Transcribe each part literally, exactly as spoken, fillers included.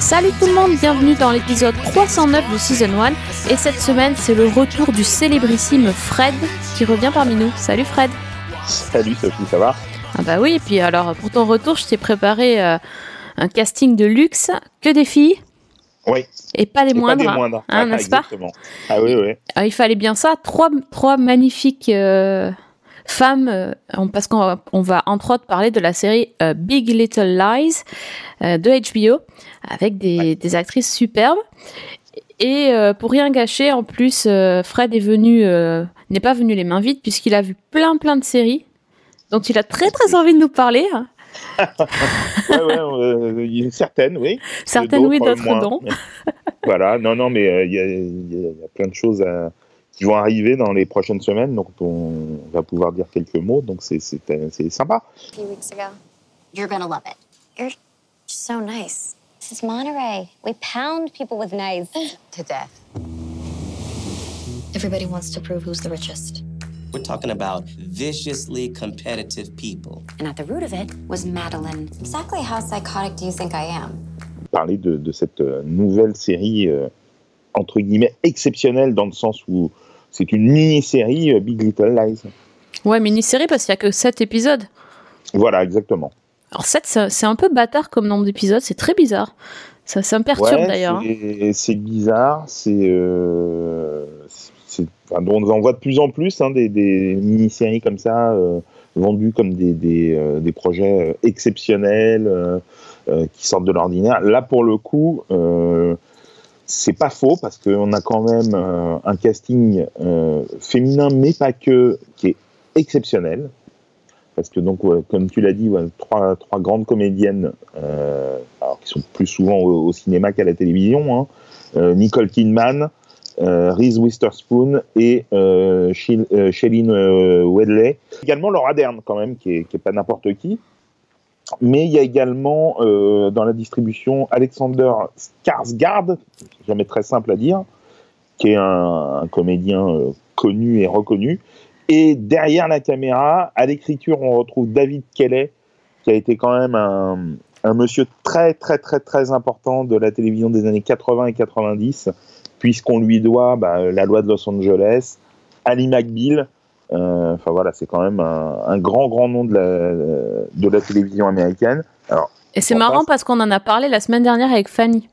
Salut tout le monde, bienvenue dans l'épisode trois cent neuf de Season un. Et cette semaine, c'est le retour du célébrissime Fred qui revient parmi nous. Salut Fred. Salut Sophie, ça va ? Ah bah oui, et puis alors pour ton retour, je t'ai préparé euh, un casting de luxe, que des filles. Oui. Et pas les et moindres, pas des moindres. Hein, ah, n'est-ce exactement. pas ? Ah oui, oui. Alors, il fallait bien ça, trois, trois magnifiques euh, femmes, euh, parce qu'on va, on va entre autres parler de la série euh, Big Little Lies euh, de H B O, avec des, ouais. des actrices superbes. Et euh, pour rien gâcher, en plus, euh, Fred est venu, euh, n'est pas venu les mains vides, puisqu'il a vu plein plein de séries dont il a très très envie de nous parler. ouais, ouais, euh, certaines, oui. Certaines, oui, d'autres moins. non. Voilà, non, non, mais il euh, y, y, y a plein de choses à, qui vont arriver dans les prochaines semaines, donc on va pouvoir dire quelques mots, donc c'est, c'est, c'est sympa. A few weeks ago, you're gonna love it. You're so nice. This is Monterey. We pound people with knives to death. Everybody wants to prove who's the richest. We're talking about viciously competitive people. And at the root of it was Madeline. Exactly how psychotic do you think I am? Parler de, de cette nouvelle série, euh, entre guillemets, exceptionnelle, dans le sens où c'est une mini-série euh, Big Little Lies. Ouais, mini-série parce qu'il n'y a que sept épisodes. Voilà, exactement. Alors sept, c'est, c'est un peu bâtard comme nombre d'épisodes, c'est très bizarre. Ça, ça me perturbe ouais, d'ailleurs. C'est, c'est bizarre, c'est... Euh, c'est enfin, on en voit de plus en plus hein, des, des mini-séries comme ça, euh, vendues comme des, des, euh, des projets exceptionnels, euh, euh, qui sortent de l'ordinaire. Là, pour le coup, euh, c'est pas faux, parce qu'on a quand même euh, un casting euh, féminin, mais pas que, qui est exceptionnel. Parce que, donc, ouais, comme tu l'as dit, ouais, trois, trois grandes comédiennes, euh, alors, qui sont plus souvent au, au cinéma qu'à la télévision, hein, euh, Nicole Kidman, Euh, Reese Witherspoon et euh, euh, Shailene euh, Woodley. Également Laura Dern, quand même, qui est, qui est pas n'importe qui. Mais il y a également euh, dans la distribution Alexander Skarsgård, jamais très simple à dire, qui est un, un comédien euh, connu et reconnu. Et derrière la caméra, à l'écriture, on retrouve David Kelley, qui a été quand même un, un monsieur très très très très important de la télévision des années quatre-vingts et quatre-vingt-dix, puisqu'on lui doit bah, La Loi de Los Angeles, Ally McBeal. Euh, enfin voilà, c'est quand même un, un grand grand nom de la, de la télévision américaine. Alors, et c'est marrant parce qu'on en a parlé la semaine dernière avec Fanny,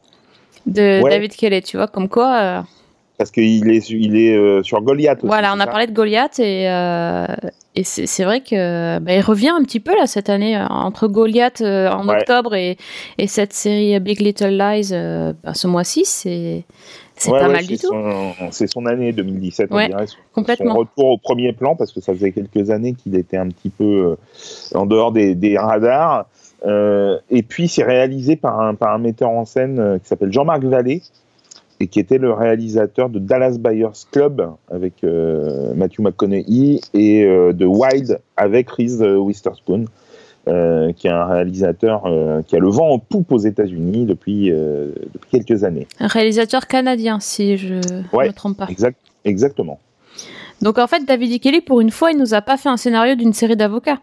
de ouais. David Kelley, tu vois, comme quoi... Euh... Parce qu'il est, il est euh, sur Goliath aussi. Voilà, on a ça parlé de Goliath et, euh, et c'est, c'est vrai que bah, il revient un petit peu là cette année entre Goliath euh, en ouais. octobre et, et cette série Big Little Lies euh, bah, ce mois-ci, c'est, c'est ouais, pas ouais, mal c'est du son, tout. C'est son année deux mille dix-sept, ouais, on dirait. Son, complètement. Son retour au premier plan, parce que ça faisait quelques années qu'il était un petit peu euh, en dehors des, des radars. Euh, et puis c'est réalisé par un, par un metteur en scène euh, qui s'appelle Jean-Marc Vallée, et qui était le réalisateur de Dallas Buyers Club avec euh, Matthew McConaughey et euh, de Wild avec Reese Witherspoon, euh, qui est un réalisateur euh, qui a le vent en poupe aux États-Unis depuis, euh, depuis quelques années. Un réalisateur canadien, si je ne ouais, me trompe pas. Exact, exactement. Donc en fait, David Kelley, pour une fois, il nous a pas fait un scénario d'une série d'avocats.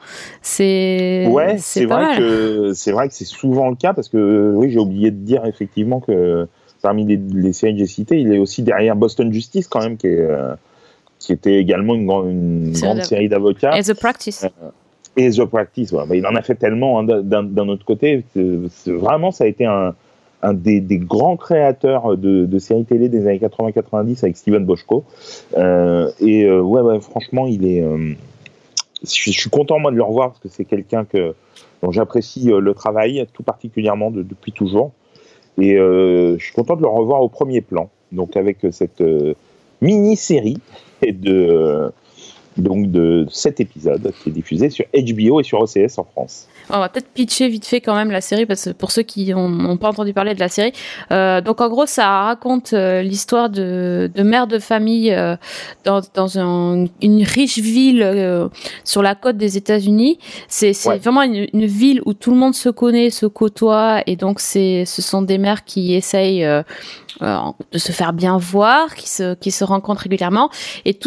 C'est ouais, c'est, c'est pas vrai mal. que c'est vrai que c'est souvent le cas, parce que oui, j'ai oublié de dire effectivement que parmi les, les séries que j'ai citées, il est aussi derrière Boston Justice quand même, qui, est, euh, qui était également une, grand, une grande d'av- série d'avocats. Et The Practice. Euh, et The Practice, ouais. Bah, il en a fait tellement hein, d'un, d'un autre côté. C'est, c'est, vraiment, ça a été un, un des, des grands créateurs de, de séries télé des années quatre-vingts quatre-vingt-dix avec Steven Bochco. Euh, et euh, ouais, ouais, franchement, il est. Euh, je, je suis content moi de le revoir, parce que c'est quelqu'un que, dont j'apprécie euh, le travail tout particulièrement de, depuis toujours. Et euh, je suis content de le revoir au premier plan, donc avec cette euh, mini-série de, euh, donc de sept épisodes qui est diffusée sur H B O et sur O C S en France. On va peut-être pitcher vite fait quand même la série, parce que pour ceux qui n'ont pas entendu parler de la série. Euh, donc en gros, ça raconte euh, l'histoire de, de mère de famille euh, dans, dans un, une riche ville euh, sur la côte des États-Unis. C'est, c'est ouais. vraiment une, une ville où tout le monde se connaît, se côtoie, et donc c'est, ce sont des mères qui essayent euh, euh, de se faire bien voir, qui se, qui se rencontrent régulièrement. Et tout se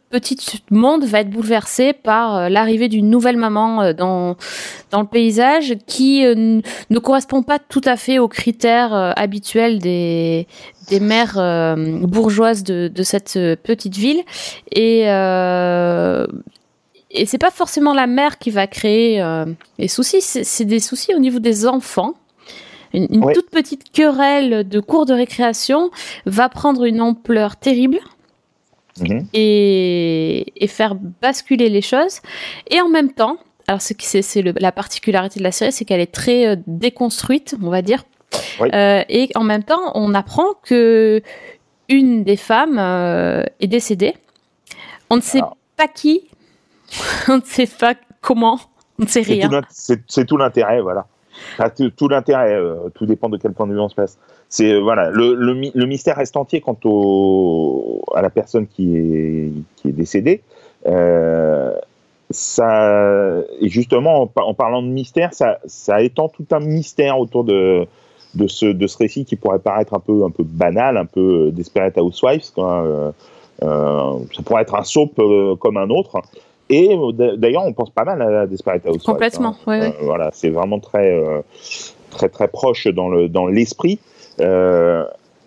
petit monde va être bouleversé par euh, l'arrivée d'une nouvelle maman euh, dans dans le paysage qui euh, n- ne correspond pas tout à fait aux critères euh, habituels des des mères euh, bourgeoises de de cette euh, petite ville et euh, et c'est pas forcément la mère qui va créer euh, les soucis, c'est, c'est des soucis au niveau des enfants. Une, une Ouais. toute petite querelle de cours de récréation va prendre une ampleur terrible Mhm. et, et faire basculer les choses. Et en même temps, alors c'est, c'est, c'est le, la particularité de la série, c'est qu'elle est très euh, déconstruite, on va dire. Oui. Euh, et en même temps, on apprend que une des femmes euh, est décédée. On ne sait Alors. pas qui, on ne sait pas comment, on ne sait C'est rien. tout, l'int- c'est, c'est tout l'intérêt, voilà. Enfin, tout, tout l'intérêt, euh, tout dépend de quel point de vue on se place. C'est euh, voilà, le, le, mi- le mystère reste entier quant au, à la personne qui est, qui est décédée. Euh, ça, et justement, en, par- en parlant de mystère, ça, ça étend tout un mystère autour de, de, ce, de ce récit qui pourrait paraître un peu, un peu banal, un peu Desperate Housewives, quoi. Euh, euh, ça pourrait être un soap euh, comme un autre. Et euh, d'ailleurs, on pense pas mal à Desperate Housewives. Complètement, hein. ouais, Euh, ouais. Voilà, c'est vraiment très, euh, très, très proche dans le dans l'esprit. Euh,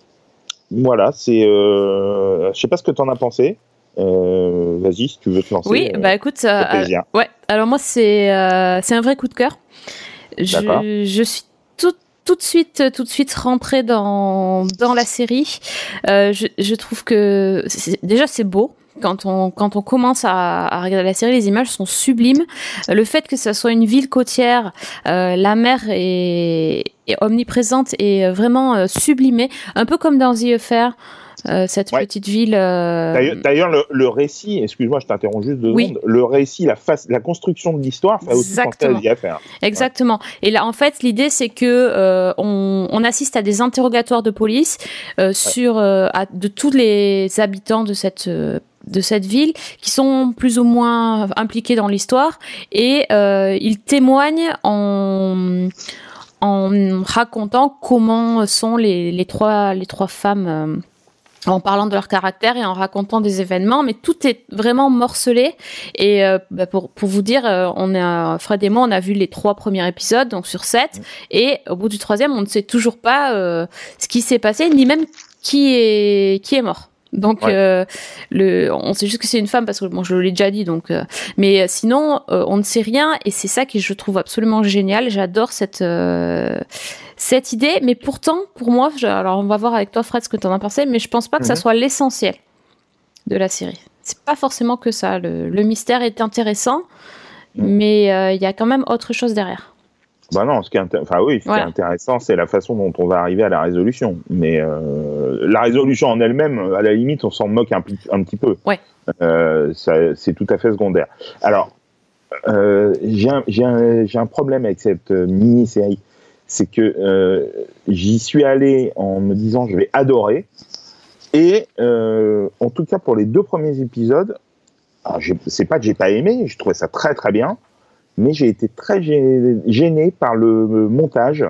voilà, c'est. Euh, je sais pas ce que tu en as pensé. Euh, vas-y, si tu veux te lancer. Oui, euh, bah écoute, ça euh, fait plaisir. euh, ouais. Alors moi, c'est euh, c'est un vrai coup de cœur. D'accord. Je, je suis tout tout de suite tout de suite rentrée dans dans la série. Euh, je, je trouve que c'est, déjà c'est beau. Quand on, quand on commence à, à regarder la série, les images sont sublimes. Euh, Le fait que ça soit une ville côtière, euh, la mer est, est omniprésente et euh, vraiment euh, sublimée, un peu comme dans The Affair, euh, cette Ouais. petite ville. euh, D'ailleurs, d'ailleurs, le, le récit, excuse-moi, je t'interromps juste deux Oui. secondes. Le récit, la face, la construction de l'histoire, fait aussi penser à Exactement. The Affair. Exactement. Et là, en fait, l'idée, c'est que euh, on, on assiste à des interrogatoires de police euh, sur euh, à, de tous les habitants de cette euh, de cette ville qui sont plus ou moins impliqués dans l'histoire et euh, ils témoignent en en racontant comment sont les, les trois les trois femmes. Euh, en parlant de leur caractère et en racontant des événements, mais tout est vraiment morcelé. Et euh, bah pour pour vous dire, euh, on a Fred et moi, on a vu les trois premiers épisodes, donc sur sept, et au bout du troisième, on ne sait toujours pas euh, ce qui s'est passé, ni même qui est qui est mort. Donc Ouais. euh, le, on sait juste que c'est une femme parce que bon, je l'ai déjà dit. Donc, euh, mais sinon, euh, on ne sait rien et c'est ça que je trouve absolument génial. J'adore cette euh, cette idée, mais pourtant, pour moi, je, alors on va voir avec toi, Fred, ce que tu en as pensé, mais je pense pas que ça Mhm. soit l'essentiel de la série. C'est pas forcément que ça. Le, le mystère est intéressant, Mhm. mais il euh, y a quand même autre chose derrière. Bah non, ce qui est, intér- enfin oui, ce Voilà. qui est intéressant, c'est la façon dont on va arriver à la résolution. Mais euh, la résolution en elle-même, à la limite, on s'en moque un, p- un petit peu. Ouais. Euh, ça, c'est tout à fait secondaire. Alors, euh, j'ai un, j'ai un, j'ai un problème avec cette euh, mini-série. C'est que euh, j'y suis allé en me disant je vais adorer. Et euh, en tout cas, pour les deux premiers épisodes, alors j'ai, c'est pas que j'ai pas aimé, je trouvais ça très très bien. Mais j'ai été très gêné par le montage,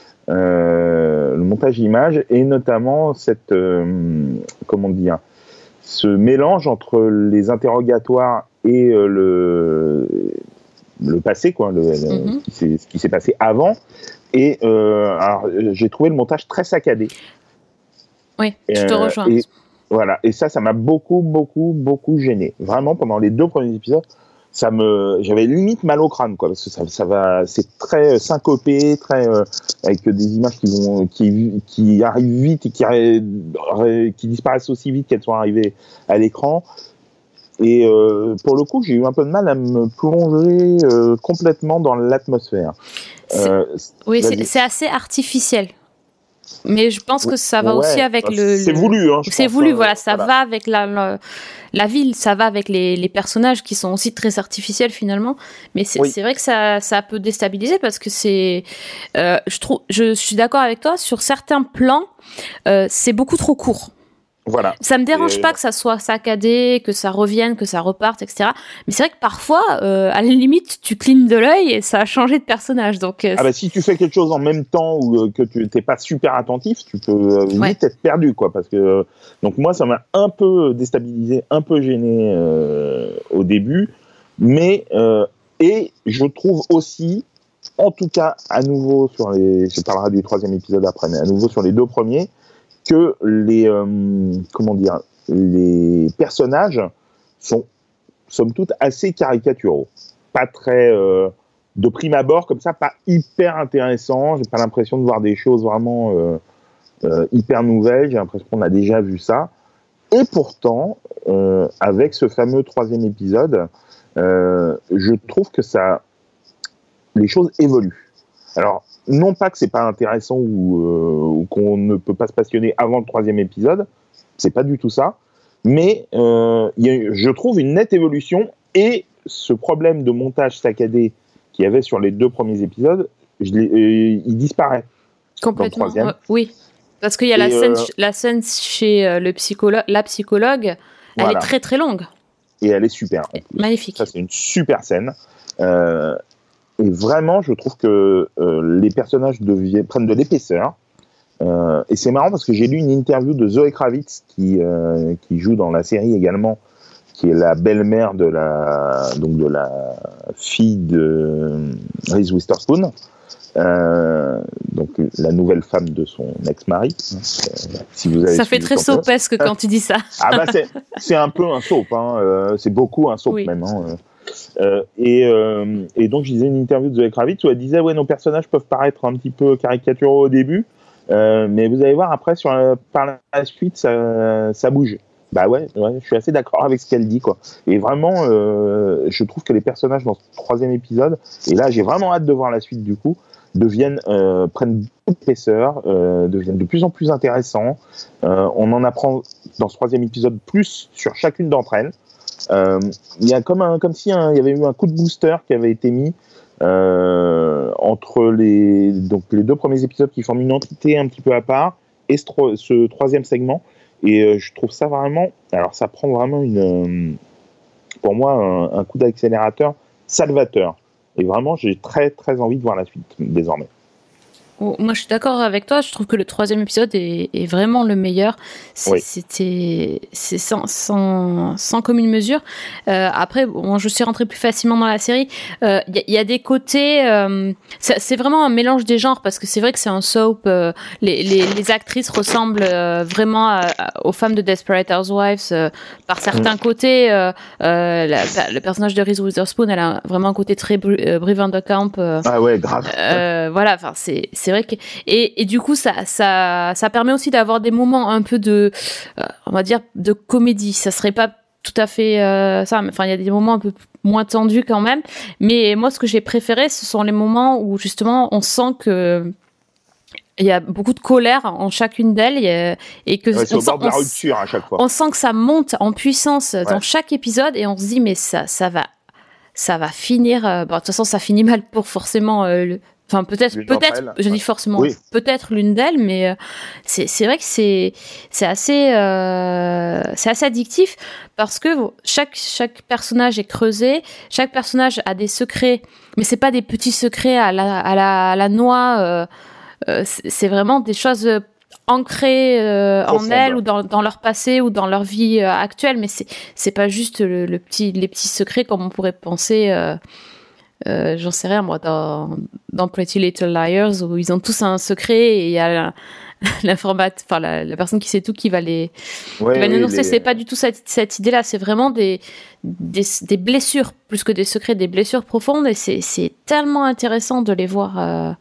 euh, le montage d'image, et notamment cette, euh, comment dire, ce mélange entre les interrogatoires et euh, le, le passé, quoi, le, Mm-hmm. le, ce, qui s'est, ce qui s'est passé avant. Et euh, alors, j'ai trouvé le montage très saccadé. Oui, je te Euh, rejoins. et, voilà, et ça, ça m'a beaucoup, beaucoup, beaucoup gêné. Vraiment, pendant les deux premiers épisodes, ça me, j'avais limite mal au crâne, quoi, parce que ça, ça va, c'est très syncopé, très euh, avec des images qui vont, qui, qui arrivent vite et qui, qui disparaissent aussi vite qu'elles sont arrivées à l'écran. Et euh, pour le coup, j'ai eu un peu de mal à me plonger euh, complètement dans l'atmosphère. C'est, euh, oui, c'est, c'est assez artificiel. Mais je pense que ça va ouais, aussi avec le. C'est le... voulu, hein. C'est pense, voulu, euh, voilà. Ça voilà. va avec la, la, la ville, ça va avec les, les personnages qui sont aussi très artificiels finalement. Mais c'est, Oui. c'est vrai que ça, ça peut déstabiliser parce que c'est. Euh, je trouve, je suis d'accord avec toi sur certains plans, euh, c'est beaucoup trop court. Voilà. Ça me dérange Et... pas que ça soit saccadé, que ça revienne, que ça reparte, et cetera. Mais c'est vrai que parfois, euh, à la limite, tu clignes de l'œil et ça a changé de personnage. Donc, euh, ah bah si tu fais quelque chose en même temps ou euh, que tu t'es pas super attentif, tu peux euh, vite Ouais. être perdu, quoi. Parce que euh, donc moi, ça m'a un peu déstabilisé, un peu gêné euh, au début, mais euh, et je trouve aussi, en tout cas, à nouveau sur les, je parlerai du troisième épisode après, mais à nouveau sur les deux premiers, que les euh, comment dire, les personnages sont somme toute assez caricaturaux, pas très euh, de prime abord comme ça, pas hyper intéressant. J'ai pas l'impression de voir des choses vraiment euh, euh, hyper nouvelles. J'ai l'impression qu'on a déjà vu ça. Et pourtant, euh, avec ce fameux troisième épisode, euh, je trouve que ça, les choses évoluent. Alors, non pas que c'est pas intéressant ou, euh, ou qu'on ne peut pas se passionner avant le troisième épisode, c'est pas du tout ça. Mais euh, y a, je trouve une nette évolution et ce problème de montage saccadé qu'il y avait sur les deux premiers épisodes, je l'ai, euh, il disparaît. complètement. Dans le troisième. Euh, oui, parce qu'il y a Et la scène, euh, la scène chez euh, le psychologue, la psychologue, elle voilà. est très très longue. Et elle est super. En plus. Magnifique. Ça, c'est une super scène. Euh, et vraiment, je trouve que euh, les personnages deviennent, prennent de l'épaisseur. Euh, et c'est marrant parce que j'ai lu une interview de Zoe Kravitz qui, euh, qui joue dans la série également, qui est la belle-mère de la, donc de la fille de Reese Witherspoon, euh, donc la nouvelle femme de son ex-mari. Euh, si vous avez Ça fait très soapesque quand tu dis ça. Ah bah c'est, c'est un peu un soap, hein, euh, c'est beaucoup un soap Oui. même. Hein, euh, et, euh, et donc je disais une interview de Zoe Kravitz où elle disait ouais, nos personnages peuvent paraître un petit peu caricaturaux au début, euh, mais vous allez voir après sur la, par la suite ça, ça bouge. Bah ouais, ouais, je suis assez d'accord avec ce qu'elle dit, quoi. Et vraiment, euh, je trouve que les personnages dans ce troisième épisode, et là j'ai vraiment hâte de voir la suite du coup, deviennent, euh, prennent beaucoup d'épaisseur, euh, deviennent de plus en plus intéressants. Euh, on en apprend dans ce troisième épisode plus sur chacune d'entre elles. Euh, il y a comme un, comme si un, il y avait eu un coup de booster qui avait été mis euh, entre les, donc les deux premiers épisodes qui forment une entité un petit peu à part et ce, ce troisième segment. Et euh, je trouve ça vraiment, alors ça prend vraiment une, euh, pour moi, un, un coup d'accélérateur salvateur. Et vraiment, j'ai très très envie de voir la suite désormais. Oh, moi, je suis d'accord avec toi. Je trouve que le troisième épisode est, est vraiment le meilleur. C'est, Oui. C'était, c'est sans, sans, sans commune mesure. Euh, après, bon, je suis rentrée plus facilement dans la série. Il euh, y, y a des côtés. Euh, c'est, c'est vraiment un mélange des genres parce que c'est vrai que c'est un soap. Euh, les, les, les actrices ressemblent euh, vraiment à, à, aux femmes de Desperate Housewives euh, par certains mmh. côtés. Euh, euh, la, le personnage de Reese Witherspoon, elle a vraiment un côté très Brie euh, Van de Kamp. Euh, ah ouais, grave. Euh, voilà. Enfin, c'est, c'est vrai que et, et du coup ça ça ça permet aussi d'avoir des moments un peu de euh, on va dire de comédie. Ça serait pas tout à fait euh, ça, mais enfin il y a des moments un peu moins tendus quand même. Mais moi ce que j'ai préféré ce sont les moments où justement on sent que il y a beaucoup de colère en chacune d'elles et, et que ouais, c'est on au bord sent, de la rupture à chaque fois. On sent que ça monte en puissance ouais. dans chaque épisode et on se dit mais ça ça va ça va finir euh, bon de toute façon ça finit mal pour forcément euh, le Enfin, peut-être, l'une peut-être, je dis ouais. forcément, oui. peut-être l'une d'elles, mais euh, c'est, c'est vrai que c'est, c'est assez, euh, c'est assez addictif parce que chaque, chaque personnage est creusé, chaque personnage a des secrets, mais c'est pas des petits secrets à la, à la, à la noix, euh, euh, c'est, c'est vraiment des choses ancrées euh, en elles ou dans, dans leur passé ou dans leur vie euh, actuelle, mais c'est, c'est pas juste le, le petit, les petits secrets comme on pourrait penser. Euh, Euh, j'en sais rien moi dans, dans Pretty Little Liars où ils ont tous un secret et il y a la, l'informate, enfin la, la personne qui sait tout qui va les, ouais, qui va les énoncer. Les... C'est pas du tout cette, cette idée-là. C'est vraiment des, des des blessures plus que des secrets, des blessures profondes et c'est c'est tellement intéressant de les voir.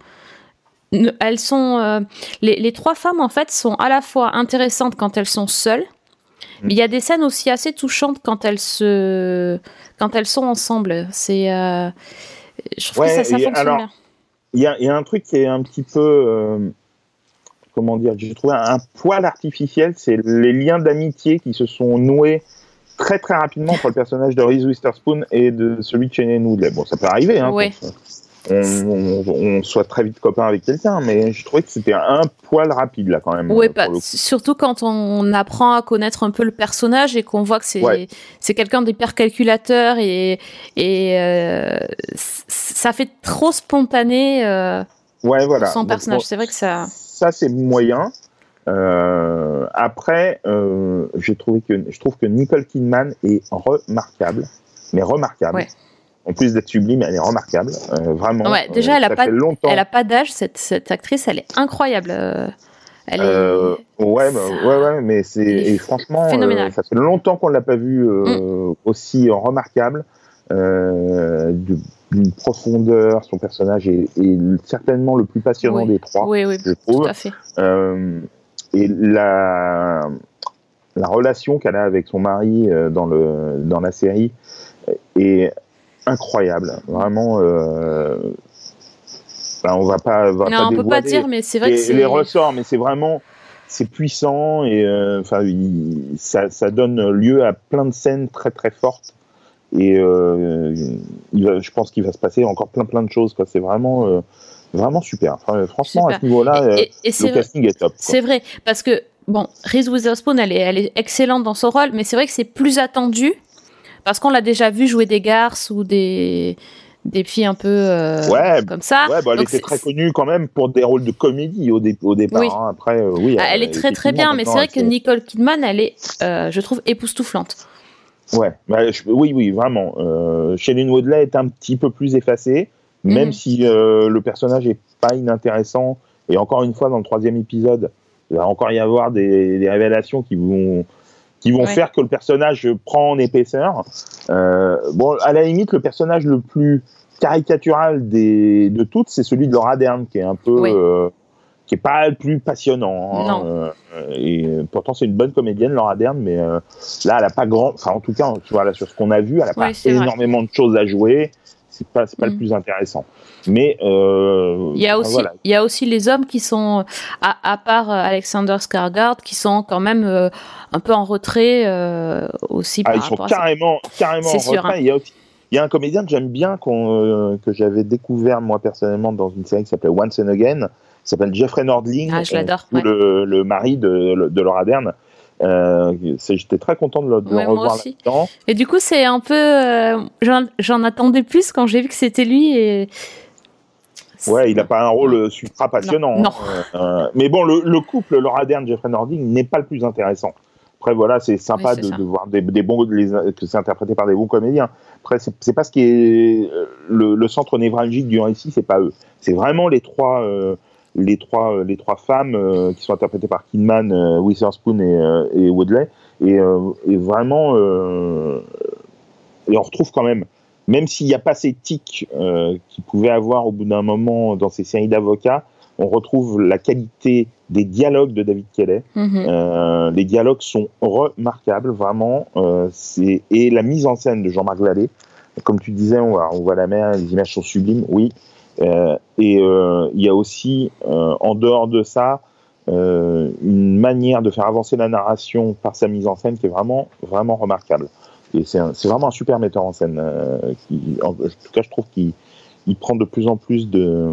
Euh... Elles sont euh... les les trois femmes en fait sont à la fois intéressantes quand elles sont seules. Mais il y a des scènes aussi assez touchantes quand elles se, quand elles sont ensemble. C'est, euh... je trouve ouais, que ça, ça fonctionne alors, bien. Il y a, y a un truc qui est un petit peu, euh, comment dire, j'ai trouvé un, un poil artificiel, c'est les liens d'amitié qui se sont noués très très rapidement entre le personnage de Reese Witherspoon et de celui de Shailene Woodley. Bon, ça peut arriver. Hein, ouais. on, on, on soit très vite copain avec quelqu'un, mais je trouvais que c'était un poil rapide là quand même. Oui, bah, surtout quand on apprend à connaître un peu le personnage et qu'on voit que c'est ouais. c'est quelqu'un d'hyper calculateur et et euh, ça fait trop spontané euh, ouais, voilà. pour son personnage. Donc, c'est vrai que ça. Ça c'est moyen. Euh, après, euh, j'ai trouvé que je trouve que Nicole Kidman est remarquable, mais remarquable. Ouais. En plus d'être sublime, elle est remarquable, euh, vraiment. Ouais, déjà, euh, elle a pas, elle a pas d'âge. Cette cette actrice, elle est incroyable. Elle est. Euh, ouais, bah, ouais, ouais, mais c'est et franchement, euh, ça fait longtemps qu'on l'a pas vue euh, mm. aussi remarquable, euh, d'une profondeur. Son personnage est, est certainement le plus passionnant oui. des trois. Oui, oui, je trouve. Tout à fait. Euh, et la la relation qu'elle a avec son mari euh, dans le dans la série est incroyable, vraiment. Euh, ben on va pas, va non, pas on peut pas dire, mais c'est vrai les, que c'est les ressorts, mais c'est vraiment, c'est puissant et enfin, euh, ça, ça donne lieu à plein de scènes très très fortes et euh, il va, je pense qu'il va se passer encore plein plein de choses. Quoi. C'est vraiment, euh, vraiment super. Enfin, franchement, super. À ce niveau-là, et, et, et le casting vrai, est top. Quoi. C'est vrai, parce que bon, Reese Witherspoon, elle est, elle est excellente dans son rôle, mais c'est vrai que c'est plus attendu. Parce qu'on l'a déjà vu jouer des garces ou des, des filles un peu euh, ouais, comme ça. Ouais, bah, elle Donc était c'est... très connue quand même pour des rôles de comédie au, dé- au départ. Oui. Hein. Après, euh, oui, elle, elle est très très bien, mais c'est vrai que Nicole Kidman, elle est, euh, je trouve, époustouflante. Ouais, bah, je, oui, oui, vraiment. Euh, Shailene Woodley est un petit peu plus effacée, même mm-hmm. si euh, le personnage est pas inintéressant. Et encore une fois, dans le troisième épisode, il va encore y avoir des, des révélations qui vont... qui vont ouais. faire que le personnage prend en épaisseur. Euh, bon, à la limite, le personnage le plus caricatural des, de toutes, c'est celui de Laura Dern, qui est un peu, oui. euh, qui est pas le plus passionnant. Hein, non. Euh, et pourtant, c'est une bonne comédienne, Laura Dern, mais euh, là, elle a pas grand, enfin, en tout cas, tu vois, là, sur ce qu'on a vu, elle a pas oui, énormément vrai. de choses à jouer. C'est pas, c'est pas mm. le plus intéressant. Mais euh, il y a aussi, voilà. il y a aussi les hommes qui sont, à, à part Alexander Skarsgård, qui sont quand même euh, un peu en retrait euh, aussi. Ah, par ils sont carrément, carrément en sûr, retrait. Hein. Il y a aussi, il y a un comédien que j'aime bien, qu'on, euh, que j'avais découvert moi personnellement dans une série qui s'appelait Once and Again, qui s'appelle Jeffrey Nordling, ah, je l'adore, euh, ouais. le, le mari de, de Laura Dern. Euh, c'est, j'étais très content de le, de ouais, le revoir là-dedans. Et du coup, c'est un peu, euh, j'en, j'en attendais plus quand j'ai vu que c'était lui. Et ouais, il n'a pas un rôle supra passionnant. Non. non. Euh, mais bon, le, le couple Laura Dern Jeffrey Nordling n'est pas le plus intéressant. Après, voilà, c'est sympa oui, c'est de, de voir des, des bons, les, que c'est interprété par des bons comédiens. Après, c'est, c'est pas ce qui est le, le centre névralgique du récit, c'est pas eux. C'est vraiment les trois, euh, les trois, les trois femmes euh, qui sont interprétées par Kidman, euh, Witherspoon et, euh, et Woodley. Et, euh, et vraiment, euh, et on retrouve quand même, même s'il n'y a pas ces tics euh, qu'il pouvait avoir au bout d'un moment dans ces séries d'avocats, on retrouve la qualité des dialogues de David Kelley. Mm-hmm. Euh, les dialogues sont remarquables, vraiment. Euh, c'est... Et la mise en scène de Jean-Marc Vallée, comme tu disais, on voit, on voit la mer, les images sont sublimes, oui. Euh, et il euh, y a aussi, euh, en dehors de ça, euh, une manière de faire avancer la narration par sa mise en scène qui est vraiment, vraiment remarquable. Et c'est, un, c'est vraiment un super metteur en scène. Euh, qui, en, en tout cas, je trouve qu'il il prend de plus en plus de...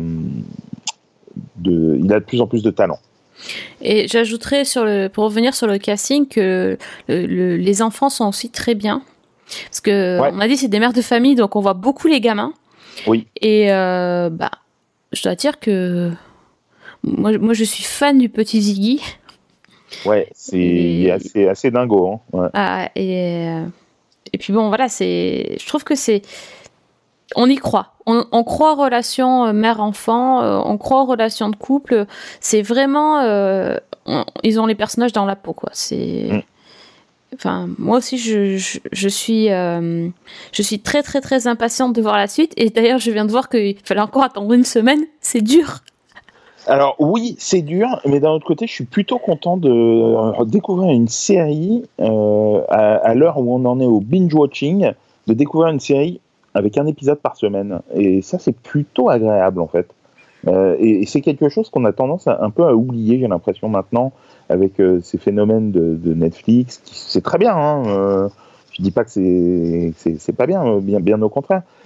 De, il a de plus en plus de talent. Et j'ajouterais, sur le, pour revenir sur le casting, que le, le, les enfants sont aussi très bien. Parce que ouais. on a dit c'est des mères de famille, donc on voit beaucoup les gamins. Oui. Et euh, bah, je dois dire que moi, moi je suis fan du petit Ziggy. Ouais, c'est et... assez, assez dingo. Hein. Ouais. Ah, et, et puis bon, voilà, c'est, je trouve que c'est. On y croit. On, on croit aux relations mère-enfant, euh, on croit aux relations de couple. C'est vraiment... Euh, on, ils ont les personnages dans la peau, quoi. C'est... Mm. Enfin, moi aussi, je, je, je, suis, euh, je suis très, très, très impatiente de voir la suite. Et d'ailleurs, je viens de voir qu'il fallait encore attendre une semaine. C'est dur. Alors oui, c'est dur, mais d'un autre côté, je suis plutôt content de découvrir une série, euh, à, à l'heure où on en est au binge-watching, de découvrir une série avec un épisode par semaine. Et ça, c'est plutôt agréable, en fait. Euh, et, et c'est quelque chose qu'on a tendance à, un peu à oublier, j'ai l'impression, maintenant, avec euh, ces phénomènes de, de Netflix. Qui, c'est très bien, hein. Euh, je dis pas que c'est, c'est, c'est pas bien, bien, bien au contraire.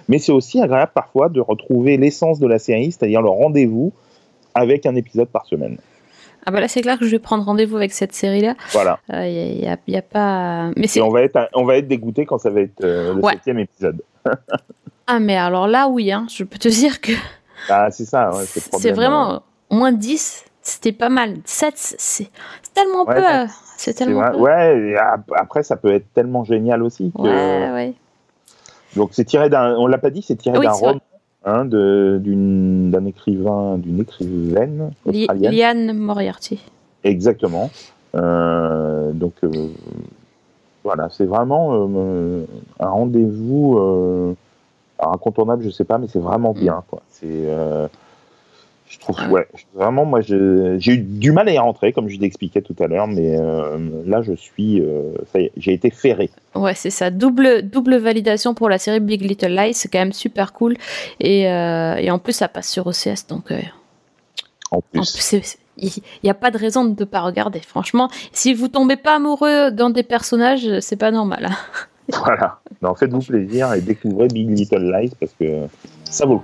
mais c'est aussi agréable parfois de retrouver l'essence de la série, c'est-à-dire le rendez-vous avec un épisode par semaine. Ah bah là c'est clair que je vais prendre rendez-vous avec cette série-là. Voilà. Il euh, y, y, a, y a pas. Mais c'est... Et on va être, on va être dégoûté quand ça va être euh, le ouais. septième épisode. Ah mais alors là oui, hein, je peux te dire que. Ah c'est ça, ouais, c'est, c'est vraiment hein. Moins dix, c'était pas mal. sept, c'est, c'est tellement ouais, peu. Euh, c'est tellement c'est peu. Ouais. Et après ça peut être tellement génial aussi. Que... Ouais ouais. Donc c'est tiré d'un, on l'a pas dit, c'est tiré oui, d'un c'est roman. Hein, de, d'une, d'un écrivain, d'une écrivaine australienne. Liane Moriarty. Exactement. Euh, donc euh, voilà, c'est vraiment euh, un rendez-vous euh, incontournable, je sais pas, mais c'est vraiment bien, quoi. C'est, euh, je trouve, ah ouais. ouais, vraiment, moi, je, j'ai eu du mal à y rentrer, comme je t'expliquais tout à l'heure, mais euh, là, je suis, euh, ça y est, j'ai été ferré. Ouais, c'est ça. Double, double validation pour la série Big Little Lies, c'est quand même super cool. Et, euh, et en plus, ça passe sur O C S, donc. Euh, en plus. En plus il n'y a pas de raison de ne pas regarder. Franchement, si vous tombez pas amoureux dans des personnages, c'est pas normal. Voilà. Non, faites-vous plaisir et découvrez Big Little Lies parce que ça vaut le coup.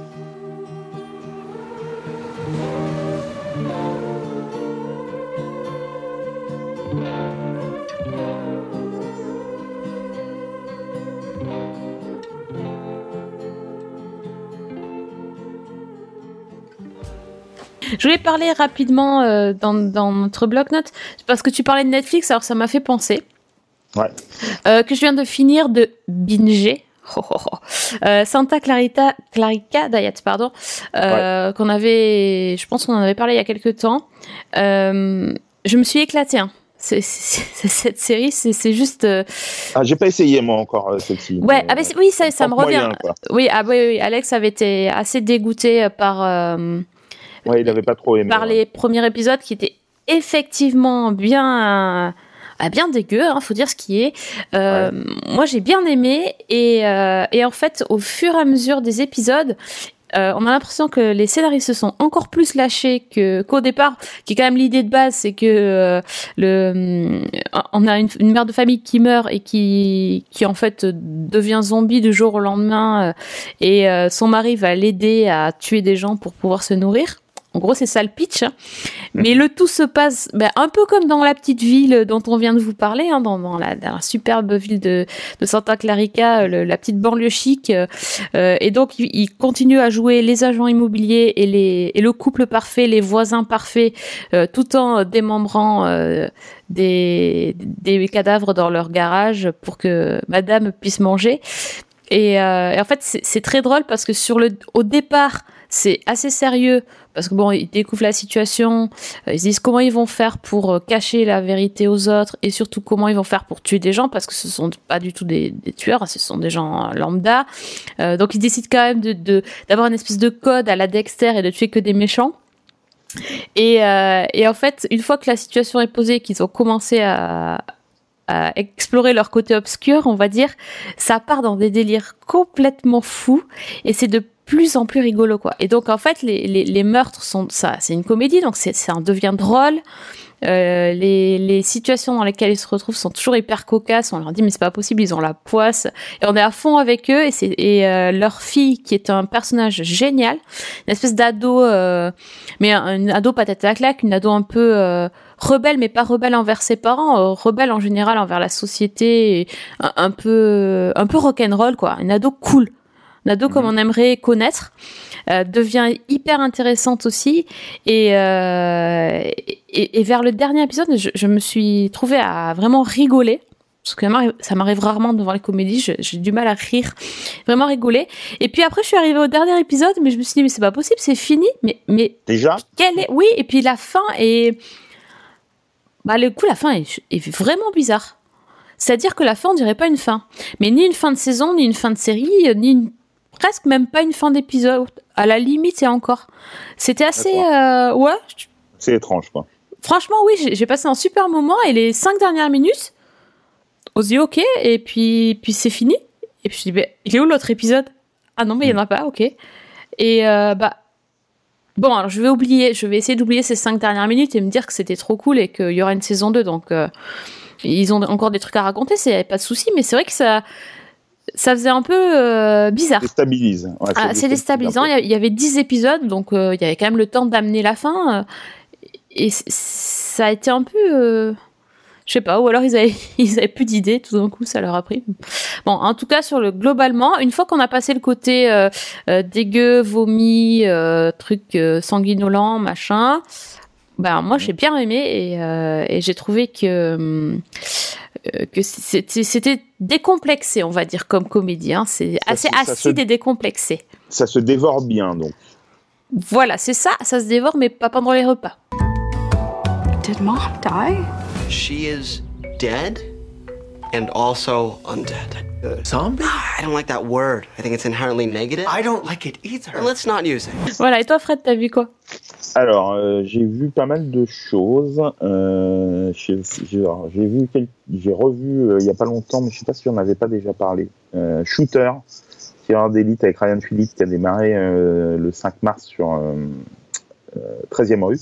Je voulais parler rapidement euh, dans, dans notre bloc-notes, parce que tu parlais de Netflix, alors ça m'a fait penser ouais. euh, que je viens de finir de binger oh, oh, oh. Euh, Santa Clarita, Clarita Diet, pardon, euh, ouais. qu'on avait, je pense qu'on en avait parlé il y a quelques temps. Euh, je me suis éclatée. Hein. C'est, c'est, c'est, cette série, c'est, c'est juste. Euh... Ah, j'ai pas essayé moi encore euh, celle-ci. Ouais, mais, ah, mais oui, ça, ça me revient. Moyen, oui, ah oui, oui, Alex avait été assez dégoûté par. Euh, Ouais, il n'avait pas trop aimé. Par ouais. les premiers épisodes qui étaient effectivement bien, euh, bien dégueux, hein, faut dire ce qui est. Euh, ouais. Moi, j'ai bien aimé et, euh, et en fait, au fur et à mesure des épisodes, euh, on a l'impression que les scénaristes se sont encore plus lâchés que, qu'au départ, qui est quand même l'idée de base, c'est que euh, le, on a une, une mère de famille qui meurt et qui, qui en fait devient zombie du jour au lendemain euh, et euh, son mari va l'aider à tuer des gens pour pouvoir se nourrir. En gros, c'est ça le pitch. Hein. Mais le tout se passe ben, un peu comme dans la petite ville dont on vient de vous parler, hein, dans, dans, la, dans la superbe ville de, de Santa Clarita, le, la petite banlieue chic. Euh, et donc, il, il continue à jouer les agents immobiliers et, les, et le couple parfait, les voisins parfaits, euh, tout en démembrant euh, des, des cadavres dans leur garage pour que madame puisse manger. Et, euh, et en fait, c'est, c'est très drôle parce que sur le, au départ, c'est assez sérieux parce que bon, ils découvrent la situation, ils se disent comment ils vont faire pour cacher la vérité aux autres et surtout comment ils vont faire pour tuer des gens parce que ce sont pas du tout des, des tueurs, ce sont des gens lambda. Euh, donc ils décident quand même de, de d'avoir une espèce de code à la Dexter et de tuer que des méchants. Et, euh, et en fait, une fois que la situation est posée, qu'ils ont commencé à à explorer leur côté obscur, on va dire, ça part dans des délires complètement fous et c'est de plus en plus rigolo, quoi. Et donc, en fait, les, les, les meurtres sont, ça, c'est une comédie, donc c'est, ça devient drôle. Euh, les, les situations dans lesquelles ils se retrouvent sont toujours hyper cocasses. On leur dit, mais c'est pas possible, ils ont la poisse. Et on est à fond avec eux. Et, c'est, et euh, leur fille, qui est un personnage génial, une espèce d'ado, euh, mais un, une ado patate à claque, une ado un peu euh, rebelle, mais pas rebelle envers ses parents, euh, rebelle en général envers la société, et un, un peu, un peu rock'n'roll, quoi. Une ado cool. Une ado mmh. comme on aimerait connaître. Euh, devient hyper intéressante aussi et, euh, et, et vers le dernier épisode je, je me suis trouvée à vraiment rigoler parce que ça m'arrive rarement devant les comédies, je, j'ai du mal à rire, vraiment rigoler. Et puis après je suis arrivée au dernier épisode mais je me suis dit mais c'est pas possible, c'est fini, mais, mais déjà quelle est... oui, et puis la fin est bah le coup la fin est, est vraiment bizarre, c'est-à-dire que la fin on dirait pas une fin, mais ni une fin de saison, ni une fin de série, ni une presque même pas une fin d'épisode, à la limite et encore. C'était assez... Euh, ouais. C'est étrange, quoi. Franchement, oui, j'ai, j'ai passé un super moment et les cinq dernières minutes, on se dit ok, et puis, puis c'est fini. Et puis je dis, bah, il est où l'autre épisode ? Ah non, mais il n'y en a pas, ok. Et euh, bah... Bon, alors je vais oublier, je vais essayer d'oublier ces cinq dernières minutes et me dire que c'était trop cool et qu'il y aura une saison deux, donc euh, ils ont encore des trucs à raconter, c'est pas de souci, mais c'est vrai que ça... ça faisait un peu euh, bizarre. Ça déstabilise. Ouais, ah, c'est déstabilisant. Il y avait dix épisodes, donc euh, il y avait quand même le temps d'amener la fin. Euh, et ça a été un peu... Euh, je sais pas, ou alors ils avaient, ils avaient plus d'idées, tout d'un coup ça leur a pris. Bon, en tout cas, sur le globalement, une fois qu'on a passé le côté euh, euh, dégueu, vomi, euh, truc euh, sanguinolent, machin, ben moi j'ai bien aimé et, euh, et j'ai trouvé que euh, que c'était, c'était décomplexé, on va dire, comme comédie. Hein. C'est ça assez se, acide se, et décomplexé. Ça se dévore bien, donc. Voilà, c'est ça, ça se dévore, mais pas pendant les repas. Did Mom die? She is dead and also undead. Uh, zombie? I don't like that word. I think it's inherently negative. I don't like it either. Let's not use it. Voilà, et toi Fred, t'as vu quoi? Alors, euh, j'ai vu pas mal de choses. Euh, j'ai, j'ai, j'ai, vu quel, j'ai revu euh, il y a pas longtemps, mais je sais pas si on n'avait pas déjà parlé. Euh, Shooter, tireur d'élite avec Ryan Phillippe, qui a démarré euh, le cinq mars sur euh, euh, treizième rue.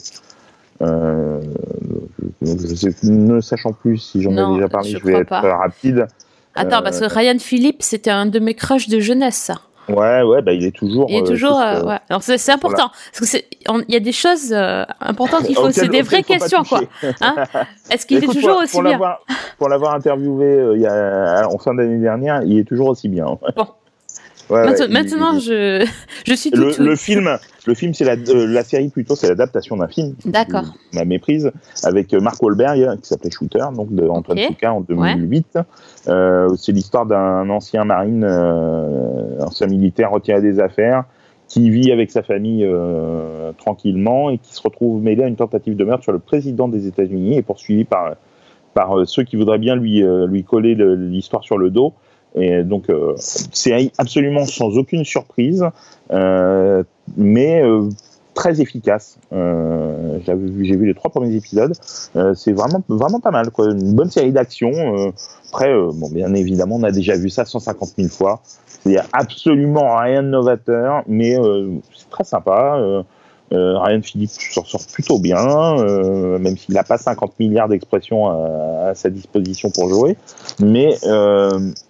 Euh, donc je sais, ne sachant plus si j'en ai déjà parlé, je, je vais être pas. rapide. Attends, euh, parce que Ryan Phillippe, c'était un de mes crushs de jeunesse, ça. Ouais, ouais, bah il est toujours. Il est toujours, euh, euh, ouais. Alors c'est, c'est important voilà. Parce que c'est, il y a des choses euh, importantes qu'il faut. Auquel, c'est des vraies questions, quoi. Hein Est-ce qu'il Écoute, est toujours pour, aussi pour bien l'avoir, Pour l'avoir interviewé euh, il y a, en fin d'année dernière, il est toujours aussi bien. Bon. Ouais, maintenant, ouais, maintenant il, je, je suis tout le, tout. le film, le film, c'est la, euh, la série plutôt, c'est l'adaptation d'un film. D'accord. Ma méprise avec Mark Wahlberg qui s'appelait Shooter, donc de Antoine okay. Fuqua en deux mille huit. Ouais. Euh, c'est l'histoire d'un ancien marine, euh, ancien militaire retiré des affaires, qui vit avec sa famille euh, tranquillement et qui se retrouve mêlé à une tentative de meurtre sur le président des États-Unis et poursuivi par par euh, ceux qui voudraient bien lui euh, lui coller le, l'histoire sur le dos. Et donc, euh, c'est absolument sans aucune surprise, euh, mais euh, très efficace. Euh, j'avais vu, j'ai vu les trois premiers épisodes. Euh, c'est vraiment, vraiment pas mal, quoi. Une bonne série d'action. Euh, après, euh, bon, bien évidemment, on a déjà vu ça cent cinquante mille fois. Il n'y a absolument rien de novateur, mais euh, c'est très sympa. Euh, Euh, Ryan Phillippe s'en sort plutôt bien, euh, même s'il n'a pas cinquante milliards d'expressions à, à sa disposition pour jouer. Mais euh,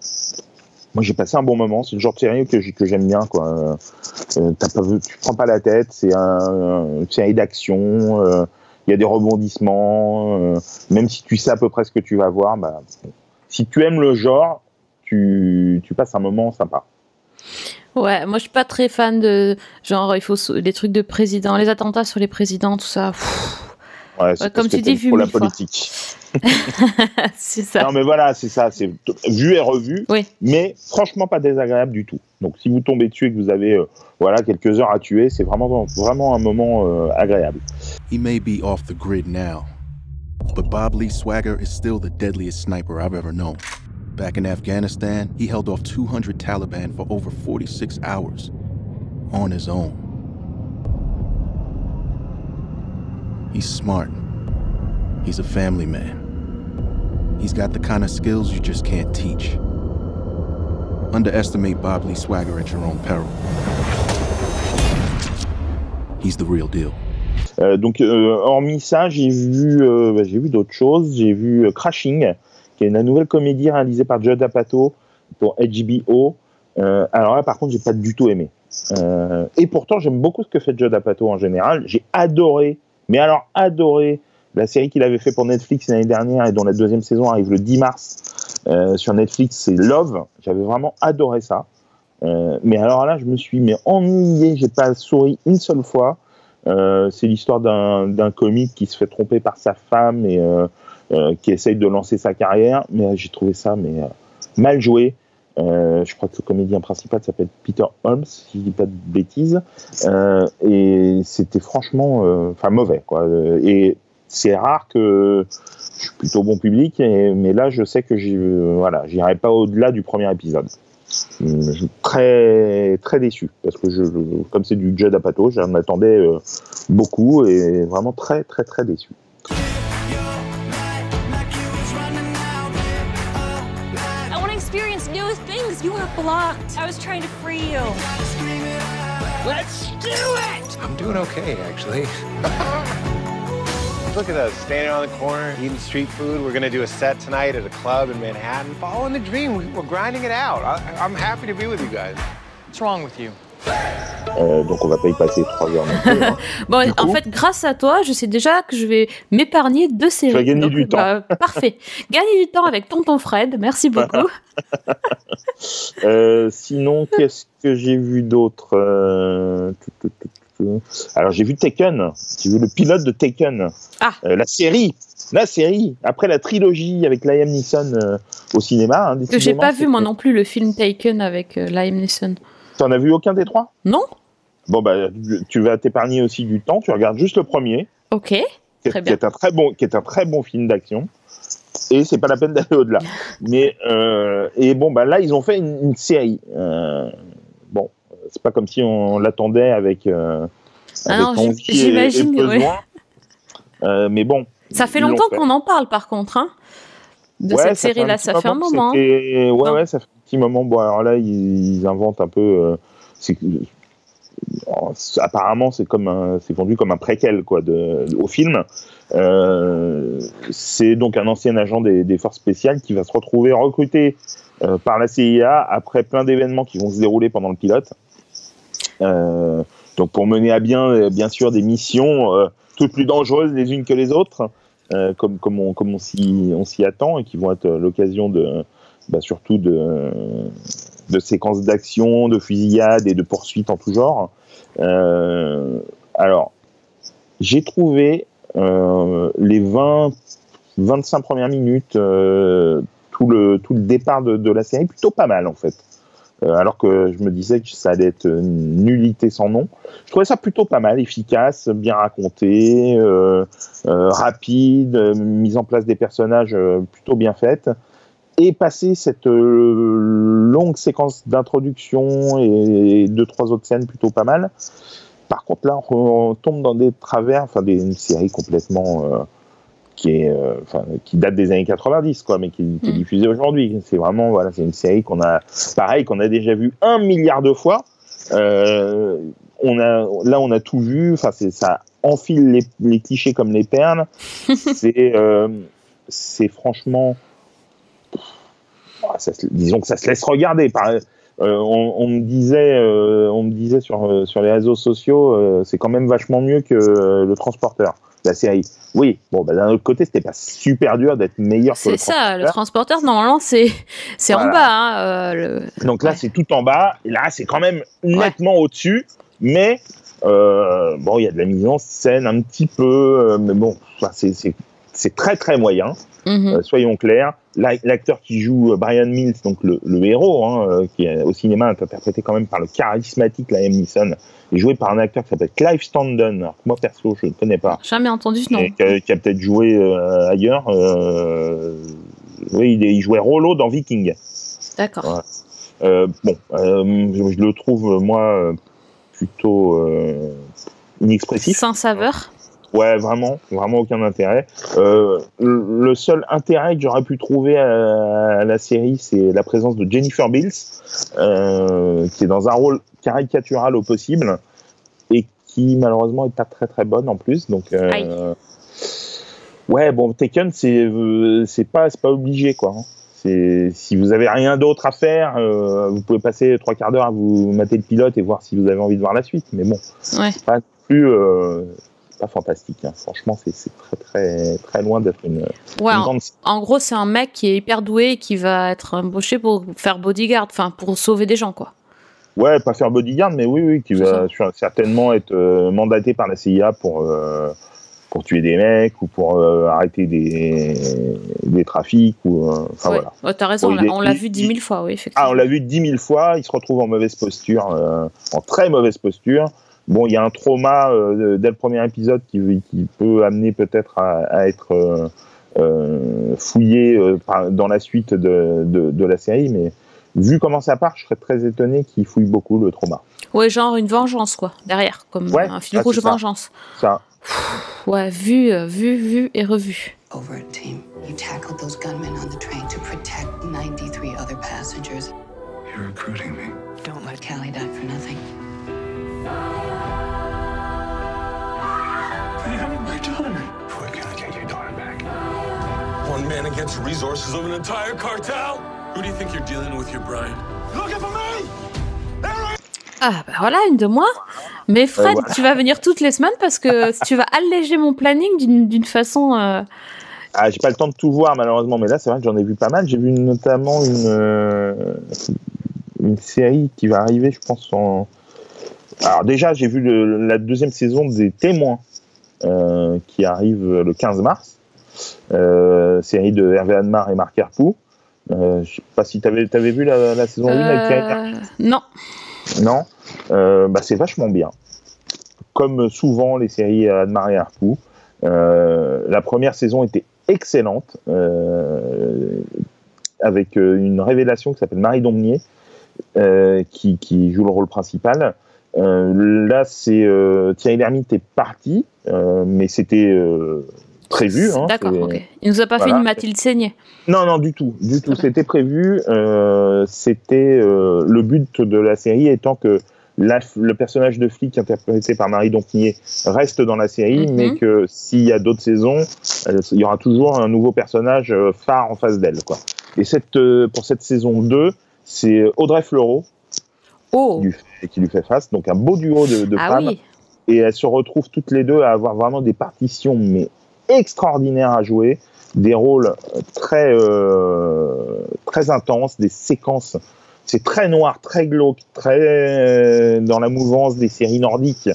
moi, j'ai passé un bon moment. C'est le genre de série que, que j'aime bien, quoi. Euh, t'as pas, tu prends pas la tête. C'est un, une série d'action. Il euh, y a des rebondissements. Euh, même si tu sais à peu près ce que tu vas voir, bah, si tu aimes le genre, tu, tu passes un moment sympa. Ouais, moi je suis pas très fan de genre il faut des trucs de président, les attentats sur les présidents, tout ça. Pff. Ouais, c'est ouais, comme tu dis, vu pour la politique. C'est ça. Non mais voilà, c'est ça, c'est vu et revu, oui. Mais franchement pas désagréable du tout. Donc si vous tombez dessus et que vous avez euh, voilà quelques heures à tuer, c'est vraiment vraiment un moment euh, agréable. He may be off the grid now, but Bob Lee Swagger is still the deadliest sniper I've ever known. Back in Afghanistan, he held off two hundred Taliban for over forty-six hours, on his own. He's smart. He's a family man. He's got the kind of skills you just can't teach. Underestimate Bob Lee Swagger at your own peril. He's the real deal. Euh, donc, euh, hormis ça, j'ai vu, euh, bah, j'ai vu d'autres choses. J'ai vu euh, Crashing, qui est une nouvelle comédie réalisée par Judd Apatow pour H B O. Euh, alors là, par contre, j'ai pas du tout aimé. Euh, et pourtant, j'aime beaucoup ce que fait Judd Apatow en général. J'ai adoré, mais alors adoré, la série qu'il avait fait pour Netflix l'année dernière et dont la deuxième saison arrive le dix mars euh, sur Netflix, c'est Love. J'avais vraiment adoré ça. Euh, mais alors là, je me suis mais ennuyé. J'ai pas souri une seule fois. Euh, c'est l'histoire d'un, d'un comique qui se fait tromper par sa femme et euh, Euh, qui essaye de lancer sa carrière, mais euh, j'ai trouvé ça mais euh, mal joué. Euh, je crois que le comédien principal s'appelle Peter Holmes, si je dis pas de bêtises, euh, et c'était franchement, enfin euh, mauvais, quoi. Et c'est rare que je suis plutôt bon public, et, mais là je sais que j'y, euh, voilà, j'irai pas au-delà du premier épisode. Je suis très très déçu parce que je, comme c'est du Judd Apatow, j'en attendais euh, beaucoup et vraiment très très très déçu. You were blocked. I was trying to free you. Let's do it! I'm doing okay, actually. Look at us, standing on the corner, eating street food. We're gonna do a set tonight at a club in Manhattan. Following the dream, we're grinding it out. I, I'm happy to be with you guys. What's wrong with you? Euh, donc on va pas y passer trois heures non plus. Hein. Bon, en fait, grâce à toi, je sais déjà que je vais m'épargner deux séries. Tu vas gagner donc, du bah, temps. Parfait. Gagner du temps avec tonton Fred. Merci beaucoup. euh, sinon, qu'est-ce que j'ai vu d'autre euh... Alors j'ai vu Taken. J'ai vu le pilote de Taken. Ah. Euh, la série. La série. Après la trilogie avec Liam Neeson euh, au cinéma. Hein, que j'ai pas vu moi non plus le film Taken avec euh, Liam Neeson. T'en as vu aucun des trois ? Non. Bon, bah, tu vas t'épargner aussi du temps. Tu regardes juste le premier. Ok, qui est, très bien. Qui est un très bon, qui est un très bon film d'action. Et c'est pas la peine d'aller au-delà. Mais, euh, et bon, bah, là, ils ont fait une, une série. Euh, bon, c'est pas comme si on l'attendait avec, euh, ah avec non, envie j'imagine, et, et besoin. Ouais. Euh, mais bon. Ça fait longtemps qu'on en parle, par contre, hein, de ouais, cette série-là. Ça fait un moment. Ouais, non. ouais, ça fait un petit moment. Bon, alors là, ils, ils inventent un peu. Euh, c'est, apparemment, c'est comme un, c'est vendu comme un préquel, quoi, de, au film. Euh, c'est donc un ancien agent des, des forces spéciales qui va se retrouver recruté euh, par la C I A après plein d'événements qui vont se dérouler pendant le pilote. Euh, donc, pour mener à bien, bien sûr, des missions euh, toutes plus dangereuses les unes que les autres. Euh, comme, comme, on, comme on, s'y, on s'y attend et qui vont être l'occasion de, bah, surtout de, de séquences d'action, de fusillades et de poursuites en tout genre. Euh, alors, j'ai trouvé euh, les vingt, vingt-cinq premières minutes, euh, tout, le, tout le départ de, de la série, plutôt pas mal en fait. Euh, alors que je me disais que ça allait être une nullité sans nom. Je trouvais ça plutôt pas mal, efficace, bien raconté, euh, euh, rapide, euh, mise en place des personnages euh, plutôt bien faite. Et passer cette euh, longue séquence d'introduction et, et deux, trois autres scènes plutôt pas mal. Par contre, là, on, on tombe dans des travers, enfin, des, une série complètement... Euh, qui est, euh, enfin, qui date des années quatre-vingt-dix, quoi, mais qui, qui est diffusée aujourd'hui. C'est vraiment, voilà, c'est une série qu'on a, pareil, qu'on a déjà vu un milliard de fois. Euh, on a, là, on a tout vu. Enfin, c'est, ça enfile les, les clichés comme les perles. c'est, euh, c'est franchement, ça, disons que ça se laisse regarder. Par, euh, on, on me disait, euh, on me disait sur sur les réseaux sociaux, euh, c'est quand même vachement mieux que euh, le Transporteur. La série. Oui, bon, bah, d'un autre côté, c'était pas super dur d'être meilleur que le C'est ça, Transporteur. le Transporteur, normalement, c'est, c'est voilà. en bas. Hein, euh, le... Donc là, ouais. c'est tout en bas. Et là, c'est quand même nettement ouais. au-dessus. Mais, euh, bon, il y a de la mise en scène un petit peu. Euh, mais bon, c'est, c'est, c'est très, très moyen. Mm-hmm. Euh, soyons clairs. L'acteur qui joue Brian Mills, donc le, le héros, hein, euh, qui est au cinéma, est interprété quand même par le charismatique Liam Neeson, est joué par un acteur qui s'appelle Clive Standen. Alors, moi perso, je ne le connais pas. Jamais entendu ce nom. Qui a, qui a peut-être joué euh, ailleurs. Euh, oui, il, est, il jouait Rollo dans Viking. D'accord. Voilà. Euh, bon, euh, je, je le trouve moi plutôt euh, inexpressif. Sans saveur. Ouais, vraiment, vraiment aucun intérêt. Euh, le seul intérêt que j'aurais pu trouver à, à la série, c'est la présence de Jennifer Beals, euh, qui est dans un rôle caricatural au possible et qui malheureusement est pas très très bonne en plus. Donc, euh, ouais, bon, Taken, c'est c'est pas c'est pas obligé quoi. Hein. C'est, si vous avez rien d'autre à faire, euh, vous pouvez passer trois quarts d'heure à vous mater le pilote et voir si vous avez envie de voir la suite. Mais bon, ouais. c'est pas plus euh, pas fantastique. Hein. Franchement, c'est, c'est très très très loin d'être une. Ouais. une en, grande... en gros, c'est un mec qui est hyper doué et qui va être embauché pour faire bodyguard, enfin pour sauver des gens, quoi. Ouais, pas faire bodyguard, mais oui, oui, qui va certainement être euh, mandaté par la C I A pour euh, pour tuer des mecs ou pour euh, arrêter des des trafics ou. Enfin ouais. voilà. Ouais, t'as raison, bon, on, l'a, est, on l'a vu dix mille fois, oui, effectivement. Ah, on l'a vu dix mille fois. Il se retrouve en mauvaise posture, euh, en très mauvaise posture. Bon, il y a un trauma euh, dès le premier épisode qui, qui peut amener peut-être à, à être euh, euh, fouillé euh, par, dans la suite de, de, de la série, mais vu comment ça part, je serais très étonné qu'il fouille beaucoup le trauma. Ouais, genre une vengeance, quoi, derrière, comme ouais, un fil ah, rouge vengeance. Ça. Ouais, vu, euh, vu, vu et revu. Over a team, you tackled those gunmen on the train to protect ninety-three other passengers. You're recruiting me. Don't let Callie die for nothing. You have my daughter. Quicken one man against the resources of an entire cartel? Who do you think you're dealing with here, Brian? Looking for me? Ah, bah voilà, une de moins. Mais Fred, euh, voilà. Tu vas venir toutes les semaines parce que tu vas alléger mon planning d'une, d'une façon... Euh... Ah, j'ai pas le temps de tout voir, malheureusement, mais là, c'est vrai que j'en ai vu pas mal. J'ai vu notamment une, euh, une série qui va arriver, je pense, en... Alors déjà, j'ai vu le, la deuxième saison des Témoins, euh, qui arrive le quinze mars. Euh, série de Hervé Admar et Marc Herpoux. Euh, je sais pas si t'avais, t'avais vu la, la saison euh... un avec Thierry. Non. Non, euh, bah c'est vachement bien. Comme souvent les séries Admar et Herpoux, euh, la première saison était excellente, euh, avec une révélation qui s'appelle Marie Dompnier, euh, qui, qui joue le rôle principal. Euh, là, c'est euh, Thierry Lhermitte est parti, euh, mais c'était euh, prévu. Hein, D'accord, c'est, ok. Il nous a pas voilà. fait une Mathilde Seigné. Non, non, du tout, du tout. C'était prévu. Euh, c'était euh, le but de la série étant que la, le personnage de flic interprété par Marie Dompnier reste dans la série, mm-hmm. mais que s'il y a d'autres saisons, euh, il y aura toujours un nouveau personnage euh, phare en face d'elle, quoi. Et cette, euh, pour cette saison deux, c'est Audrey Fleurot oh. qui, lui fait, qui lui fait face. Donc un beau duo de, de ah femmes. Oui. Et elles se retrouvent toutes les deux à avoir vraiment des partitions, mais extraordinaires à jouer. Des rôles très, euh, très intenses, des séquences. C'est très noir, très glauque, très euh, dans la mouvance des séries nordiques.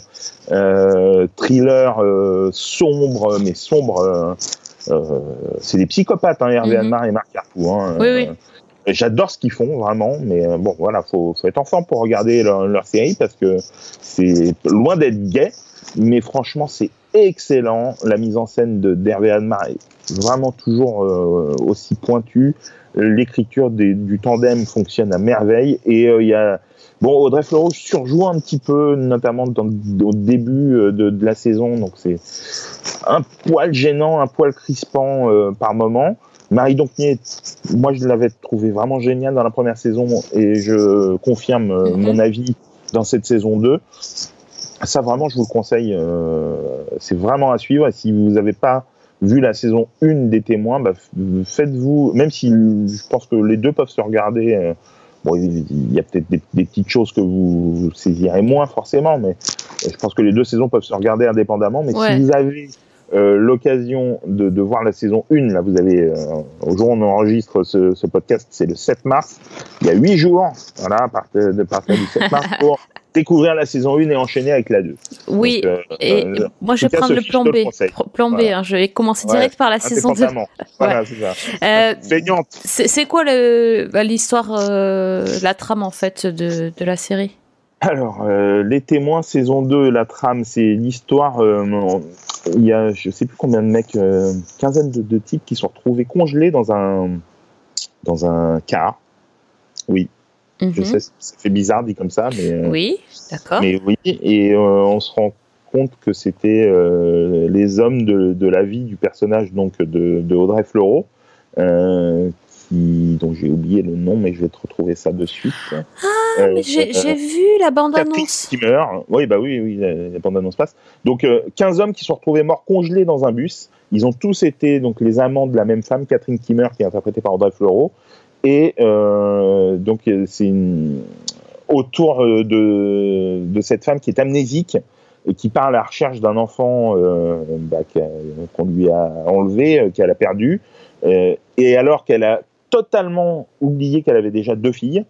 Euh, thriller euh, sombre, mais sombre. Euh, euh, c'est des psychopathes, hein, Hervé mm-hmm. Admar et Marc Herpoux. Hein, oui, euh, oui. J'adore ce qu'ils font, vraiment. Mais euh, bon, voilà, faut, faut être en forme pour regarder leur, leur série parce que c'est loin d'être gai. Mais franchement, c'est excellent. La mise en scène de d'Hervé Admar est vraiment toujours euh, aussi pointue. L'écriture des, du tandem fonctionne à merveille. Et il euh, y a bon, Audrey Fleurot surjoue un petit peu, notamment dans, au début de, de la saison. Donc c'est un poil gênant, un poil crispant euh, par moment. Marie Dompnier, moi je l'avais trouvé vraiment géniale dans la première saison et je confirme euh, mm-hmm. mon avis dans cette saison deux. Ça, vraiment, je vous le conseille. Euh, c'est vraiment à suivre. Et si vous n'avez pas vu la saison un des Témoins, bah, faites-vous... Même si je pense que les deux peuvent se regarder... Euh, bon, il y a peut-être des, des petites choses que vous, vous saisirez moins, forcément, mais je pense que les deux saisons peuvent se regarder indépendamment. Mais ouais. si vous avez euh, l'occasion de, de voir la saison un, là, vous avez... Euh, au jour où on enregistre ce, ce podcast, c'est le sept mars. Il y a huit jours, voilà, à partir, de partir du sept mars, pour... découvrir la saison un et enchaîner avec la deux. Oui, donc, euh, et euh, moi je vais prendre le plan B. Le plan B, voilà. hein, je vais commencer direct ouais, par la saison deux. Voilà, ouais. c'est ça. Euh, Feignante. C'est, c'est quoi le, bah, l'histoire, euh, la trame en fait de, de la série ? Alors, euh, Les Témoins, saison deux, la trame, c'est l'histoire. Euh, il y a, je sais plus combien de mecs, euh, quinzaine de, de types qui sont retrouvés congelés dans un, dans un car. Oui. Mm-hmm. Je sais, ça fait bizarre dit comme ça, mais euh, oui, d'accord. Mais oui, et euh, on se rend compte que c'était euh, les hommes de, de la vie du personnage donc de, de Audrey Fleurot, euh, qui, dont j'ai oublié le nom, mais je vais te retrouver ça de suite. Ah, euh, mais j'ai, euh, j'ai vu la bande-annonce. Qui meurt. Oui, bah oui, oui, la, la bande-annonce passe. Donc, euh, quinze hommes qui sont retrouvés morts congelés dans un bus. Ils ont tous été donc les amants de la même femme, Catherine Kimmer, qui est interprétée par Audrey Fleurot. Et euh, donc, c'est une... autour de, de cette femme qui est amnésique et qui part à la recherche d'un enfant euh, bah, qu'on lui a enlevé, qu'elle a perdu. Euh, et alors qu'elle a totalement oublié qu'elle avait déjà deux filles.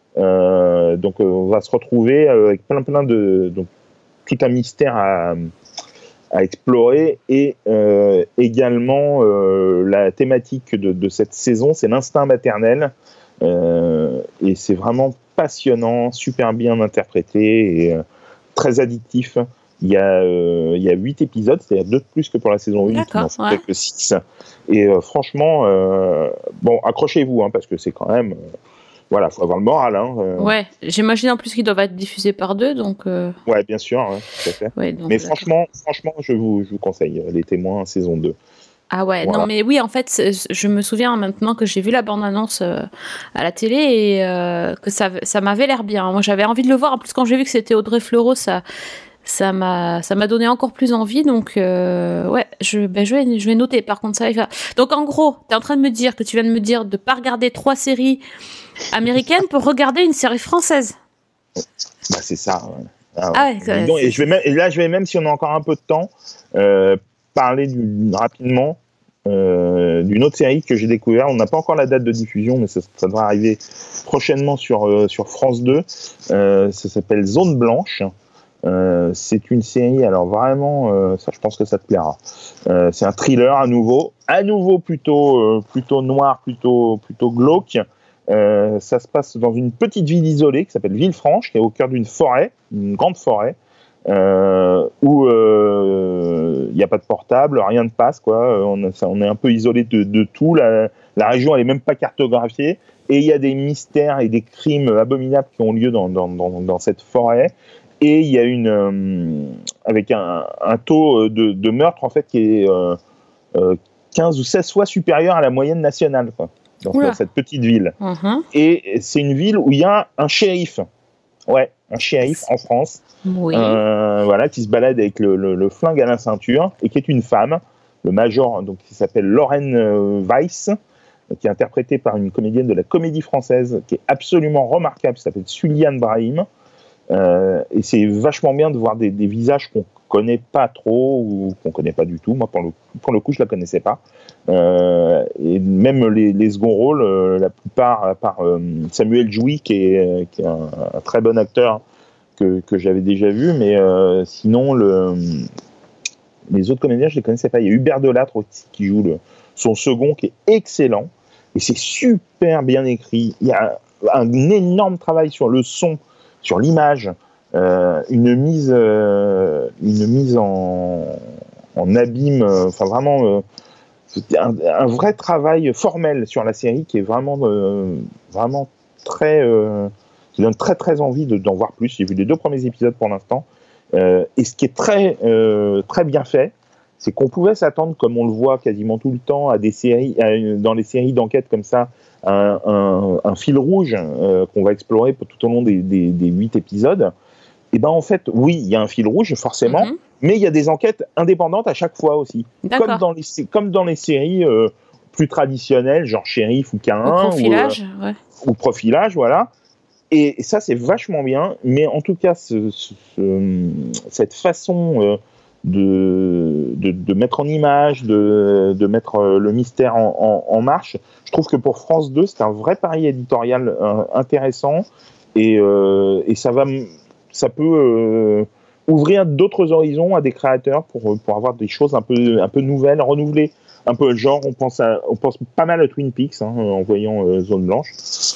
Euh, donc, on va se retrouver avec plein, plein de... Donc, tout un mystère à, à explorer. Et euh, également, euh, la thématique de, de cette saison, c'est l'instinct maternel. Euh, et c'est vraiment passionnant, super bien interprété et euh, très addictif. Il y a euh, il y a huit épisodes, c'est-à-dire deux de plus que pour la saison un, qui n'en font ouais. que six. Et euh, franchement, euh, bon, accrochez-vous, hein, parce que c'est quand même... Euh, voilà, il faut avoir le moral. Hein, euh. Ouais, j'imagine en plus qu'ils doivent être diffusés par deux, donc... Euh... Ouais, bien sûr, ouais, tout à fait. Ouais, donc, mais franchement, franchement je, vous, je vous conseille Les Témoins, saison deux. Ah ouais, voilà. Non mais oui, en fait, je me souviens maintenant que j'ai vu la bande-annonce euh, à la télé et euh, que ça, ça m'avait l'air bien. Moi, j'avais envie de le voir. En plus, quand j'ai vu que c'était Audrey Fleurot, ça... ça m'a, ça m'a donné encore plus envie. Donc, euh, ouais, je, ben, je, vais, je vais noter. Par contre, ça va. Donc, en gros, tu es en train de me dire que tu viens de me dire de ne pas regarder trois séries américaines pour regarder une série française. Bah, c'est ça. Ouais. Ah, ah ouais, ouais, donc, et, je vais même, et là, je vais même, si on a encore un peu de temps, euh, parler du, rapidement euh, d'une autre série que j'ai découvert. On n'a pas encore la date de diffusion, mais ça, ça devrait arriver prochainement sur, euh, sur France deux. Euh, ça s'appelle Zone Blanche. Euh, c'est une série, alors vraiment, euh, ça, je pense que ça te plaira. Euh, c'est un thriller à nouveau, à nouveau plutôt, euh, plutôt noir, plutôt, plutôt glauque. Euh, ça se passe dans une petite ville isolée qui s'appelle Villefranche, qui est au cœur d'une forêt, une grande forêt, euh, où il euh, n'y a pas de portable, rien ne passe, quoi. On, a, on est un peu isolé de, de tout. La, la région, elle est même pas cartographiée, et il y a des mystères et des crimes abominables qui ont lieu dans, dans, dans, dans cette forêt. Et il y a une, euh, avec un, un taux de, de meurtre en fait qui est euh, euh, quinze ou seize fois supérieur à la moyenne nationale, quoi, dans, dans cette petite ville. Uh-huh. Et c'est une ville où il y a un shérif, ouais, un shérif en France, oui. euh, voilà, qui se balade avec le, le, le flingue à la ceinture et qui est une femme, le major, donc qui s'appelle Lorraine Weiss, qui est interprétée par une comédienne de la Comédie Française, qui est absolument remarquable, qui s'appelle Suliane Brahim. Euh, et c'est vachement bien de voir des, des visages qu'on connaît pas trop ou qu'on connaît pas du tout. Moi, pour le, pour le coup, je la connaissais pas. Euh, et même les, les seconds rôles, euh, la plupart, à part euh, Samuel Jouy, qui est, qui est un, un très bon acteur que, que j'avais déjà vu, mais euh, sinon, le, les autres comédiens, je les connaissais pas. Il y a Hubert Delattre aussi, qui joue le, son second, qui est excellent. Et c'est super bien écrit. Il y a un, un énorme travail sur le son, sur l'image, euh, une mise, euh, une mise en, en abîme, enfin euh, vraiment, euh, c'était un, un vrai travail formel sur la série qui est vraiment, euh, vraiment très, euh, qui donne très très envie de, d'en voir plus. J'ai vu les deux premiers épisodes pour l'instant, euh, et ce qui est très, euh, très bien fait, c'est qu'on pouvait s'attendre, comme on le voit quasiment tout le temps, à des séries, à, dans les séries d'enquête comme ça, Un, un, un fil rouge euh, qu'on va explorer tout au long des, des, des huit épisodes. Et ben en fait, oui, il y a un fil rouge forcément, mm-hmm. mais il y a des enquêtes indépendantes à chaque fois aussi, comme dans les comme dans les séries euh, plus traditionnelles, genre Shérif ou K un, ou profilage, ou, euh, ouais. ou profilage, voilà. Et, et ça c'est vachement bien, mais en tout cas, ce, ce, ce, cette façon euh, De, de, de mettre en image, de, de mettre le mystère en, en, en marche. Je trouve que pour France deux, c'est un vrai pari éditorial euh, intéressant et, euh, et ça, va, ça peut euh, ouvrir d'autres horizons à des créateurs pour, pour avoir des choses un peu, un peu nouvelles, renouvelées. Un peu genre, on pense, à, on pense pas mal à Twin Peaks hein, en voyant euh, Zone Blanche.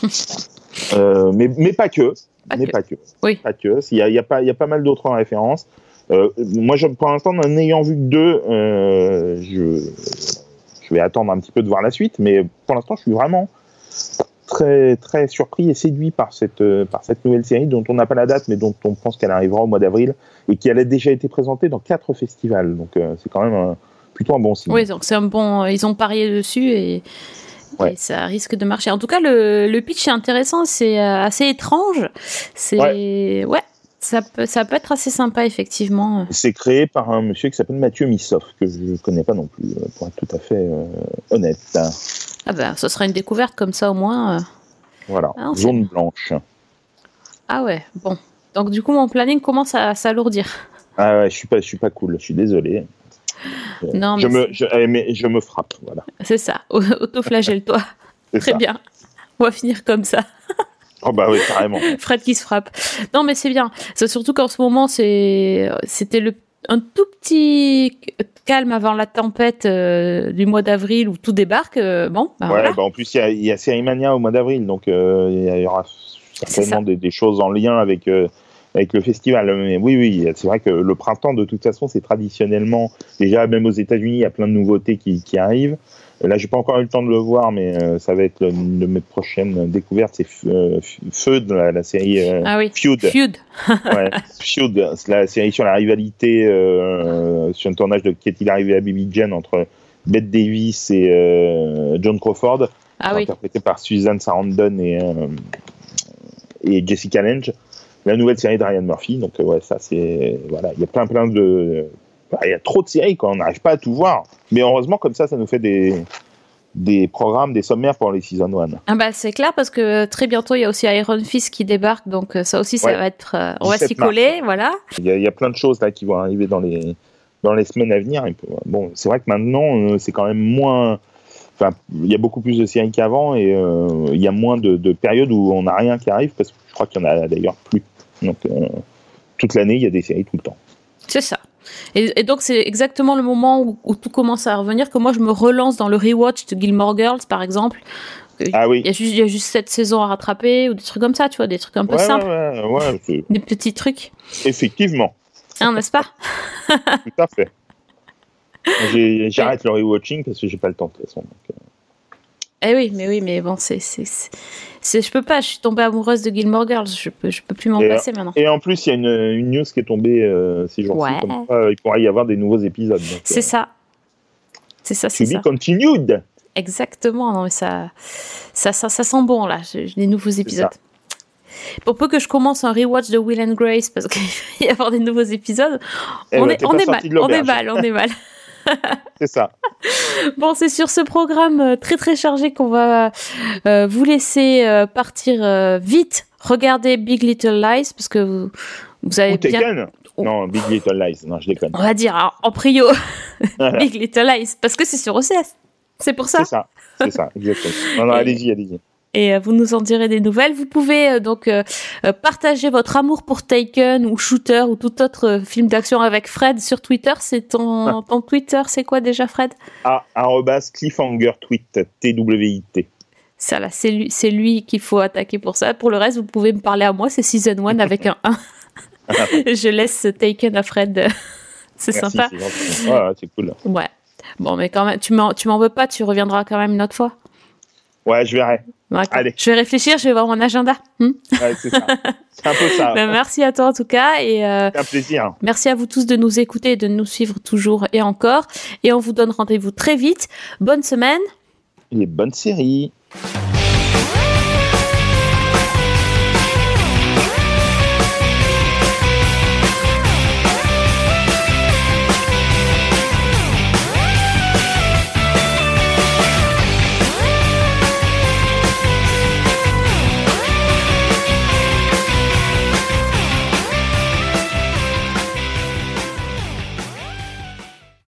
euh, mais, mais pas que. Pas mais que. pas que. Oui. Pas que. Il y a, il y a, pas, il y a pas mal d'autres références. Euh, moi, je, pour l'instant, en ayant vu que deux, euh, je, je vais attendre un petit peu de voir la suite, mais pour l'instant, je suis vraiment très, très surpris et séduit par cette, par cette nouvelle série dont on n'a pas la date, mais dont on pense qu'elle arrivera au mois d'avril et qui elle a déjà été présentée dans quatre festivals. Donc, euh, c'est quand même un, plutôt un bon signe. Oui, donc c'est un bon. Ils ont parié dessus et. Ouais. Et ça risque de marcher. En tout cas, le, le pitch est intéressant, c'est assez étrange. C'est ouais. ouais. Ça peut, ça peut être assez sympa, effectivement. C'est créé par un monsieur qui s'appelle Mathieu Missoff, que je ne connais pas non plus, pour être tout à fait euh, honnête. Ah ben, ce sera une découverte comme ça, au moins. Voilà, ah, Zone Blanche. Ah ouais, bon. Donc, du coup, mon planning commence à s'alourdir. Ah ouais, je suis pas, je suis pas cool, je suis désolé. Non, mais je, me, je, mais je me frappe, voilà. C'est ça, autoflagelle-toi. Très ça. Bien, on va finir comme ça. Oh bah oui, carrément. Fred qui se frappe. Non, mais c'est bien. C'est surtout qu'en ce moment, c'est, c'était le, un tout petit calme avant la tempête euh, du mois d'avril où tout débarque. Euh, bon, bah ouais, voilà. bah en plus, il y a, y a Sérimania au mois d'avril, donc euh, il y aura certainement des, des choses en lien avec, euh, avec le festival. Mais oui, oui, c'est vrai que le printemps, de toute façon, c'est traditionnellement, déjà, même aux États-Unis, il y a plein de nouveautés qui, qui arrivent. Là, j'ai pas encore eu le temps de le voir, mais euh, ça va être une de mes prochaines découvertes. C'est euh, Feud, la, la série euh, ah oui. Feud. Feud. ouais, Feud, c'est la série sur la rivalité euh, sur un tournage de Qu'est-il arrivé à Baby Jane entre Bette Davis et euh, John Crawford, ah oui. interprété par Susan Sarandon et, euh, et Jessica Lange. la nouvelle série de Ryan Murphy. Donc euh, ouais, ça c'est voilà, il y a plein plein de, il y a trop de séries quoi, on n'arrive pas à tout voir. Mais heureusement comme ça, ça nous fait des des programmes, des sommaires pour les season un. Ah bah c'est clair parce que très bientôt il y a aussi Iron Fist qui débarque, donc ça aussi ça ouais. va être, euh, on va s'y coller, mars. Voilà. Il y, a, il y a plein de choses là qui vont arriver dans les dans les semaines à venir. Et bon, c'est vrai que maintenant euh, c'est quand même moins, enfin il y a beaucoup plus de séries qu'avant et euh, il y a moins de, de périodes où on n'a rien qui arrive parce que je crois qu'il y en a d'ailleurs plus. Donc euh, toute l'année il y a des séries tout le temps. C'est ça. Et, et donc c'est exactement le moment où, où tout commence à revenir que moi je me relance dans le rewatch de Gilmore Girls par exemple. Ah oui. Il y a juste, il y a juste cette saison à rattraper ou des trucs comme ça, tu vois, des trucs un peu ouais, simples. Ouais, ouais, ouais, des petits trucs. Effectivement. Hein, n'est-ce pas? Tout à fait. J'ai, j'arrête le rewatching parce que j'ai pas le temps de toute façon. Donc, euh... Eh oui, mais oui, mais bon, c'est, c'est, c'est, c'est, je peux pas. Je suis tombée amoureuse de Gilmore Girls. Je peux, je peux plus m'en et, passer maintenant. Et en plus, il y a une, une news qui est tombée euh, ces jours-ci. Ouais. Comme quoi, il pourrait y avoir des nouveaux épisodes. Donc, c'est euh, ça. C'est ça, c'est to ça. be continued. Exactement. Non, mais ça, ça, ça, ça sent bon là. J'ai des nouveaux épisodes. Pour peu que je commence un rewatch de Will and Grace parce qu'il va y avoir des nouveaux épisodes, eh on, ben, est, on, est mal, on est mal, on est mal. C'est ça. Bon, c'est sur ce programme très très chargé qu'on va euh, vous laisser euh, partir euh, vite. Regardez Big Little Lies parce que vous, vous avez Ou bien. Taken. Oh. Non, Big Little Lies. Non, je déconne. On va dire hein, en prio Big Little Lies parce que c'est sur O C S. C'est pour ça. C'est ça. C'est ça. Exactement. Non, non, Et... allez-y, allez-y. Et euh, vous nous en direz des nouvelles. Vous pouvez euh, donc euh, euh, partager votre amour pour Taken ou Shooter ou tout autre euh, film d'action avec Fred sur Twitter. C'est ton, ton Twitter, c'est quoi déjà, Fred? Ah, arrobas cliffhanger tweet, T W I T. Ça là, c'est lui, c'est lui qu'il faut attaquer pour ça. Pour le reste, vous pouvez me parler à moi. C'est Season un avec un un. Je laisse Taken à Fred. C'est Merci, sympa. C'est, ouais, c'est cool. Ouais. Bon, mais quand même, tu m'en, tu m'en veux pas. Tu reviendras quand même une autre fois. Ouais, je verrai. Allez. Je vais réfléchir, je vais voir mon agenda. Hmm ouais, c'est ça. C'est un peu ça. Ben, merci à toi en tout cas. Et, euh, c'est un plaisir. Merci à vous tous de nous écouter et de nous suivre toujours et encore. Et on vous donne rendez-vous très vite. Bonne semaine. Et bonne série.